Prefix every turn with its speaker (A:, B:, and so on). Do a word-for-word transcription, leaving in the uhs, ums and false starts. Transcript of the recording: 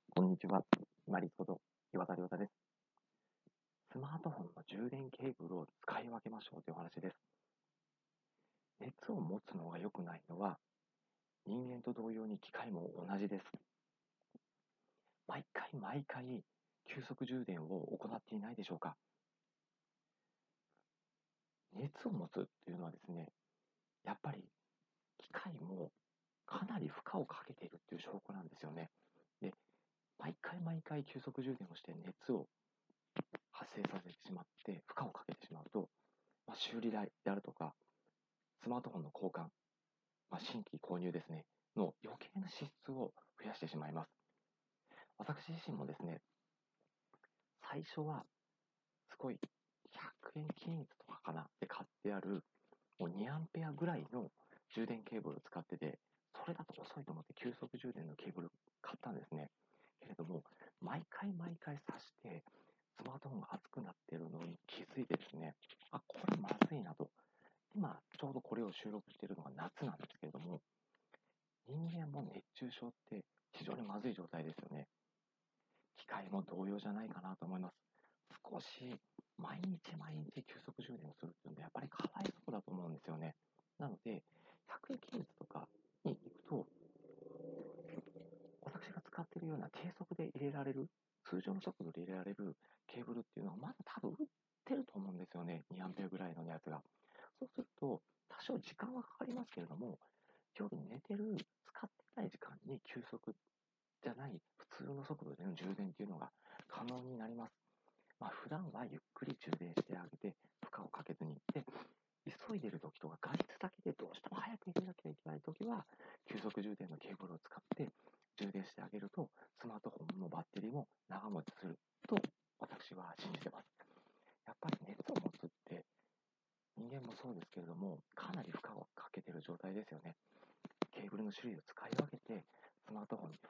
A: こんにちは。マリスこと岩田亮太です。スマートフォンの充電ケーブルを使い分けましょうというお話です。熱を持つのが良くないのは人間と同様に機械も同じです。毎回毎回急速充電を行っていないでしょうか。熱を持つというのはですね、やっぱり機械もかなり負荷をかけているという証拠なんですよね。で、毎回毎回急速充電をして熱を発生させてしまって負荷をかけてしまうと、まあ、修理代であるとかスマートフォンの交換、まあ、新規購入ですね、の余計な支出を増やしてしまいます。私自身もですね、最初はすごいひゃくえん均一とかかなで買ってあるもうにアンペアぐらいの充電ケーブルを使ってて、それだと遅いと思って急速充電のケーブル買ったんですね。けれども、毎回毎回挿して、スマートフォンが熱くなっているのに気づいてですね、あ、これまずいなと。今、ちょうどこれを収録しているのが夏なんですけれども、人間も熱中症って非常にまずい状態ですよね。機械も同様じゃないかなと思います。少し毎日毎日急速充電をするっていうのはやっぱりかわいそうだと思うんですよね。なので、ひゃくえん均一とかに行くと、私が使っているような低速で入れられる、通常の速度で入れられるケーブルっていうのはまだ多分売ってると思うんですよね。にアンペアぐらいのやつが。そうすると、多少時間はかかりますけれども、夜寝てる、使ってない時間に急速じゃない普通の速度での充電っていうのが可能になります。まあ、普段はゆっくり充電してあげて、負荷をかけずに。で、急いでいる時とか、外出先でどうしても早く入れなきゃいけない時は、急速充電のケーブルを使って充電してあげると、スマートフォンのバッテリーも長持ちすると私は信じてます。やっぱり熱を持つって人間もそうですけれども、かなり負荷をかけている状態ですよね。ケーブルの種類を使い分けて、スマートフォンに負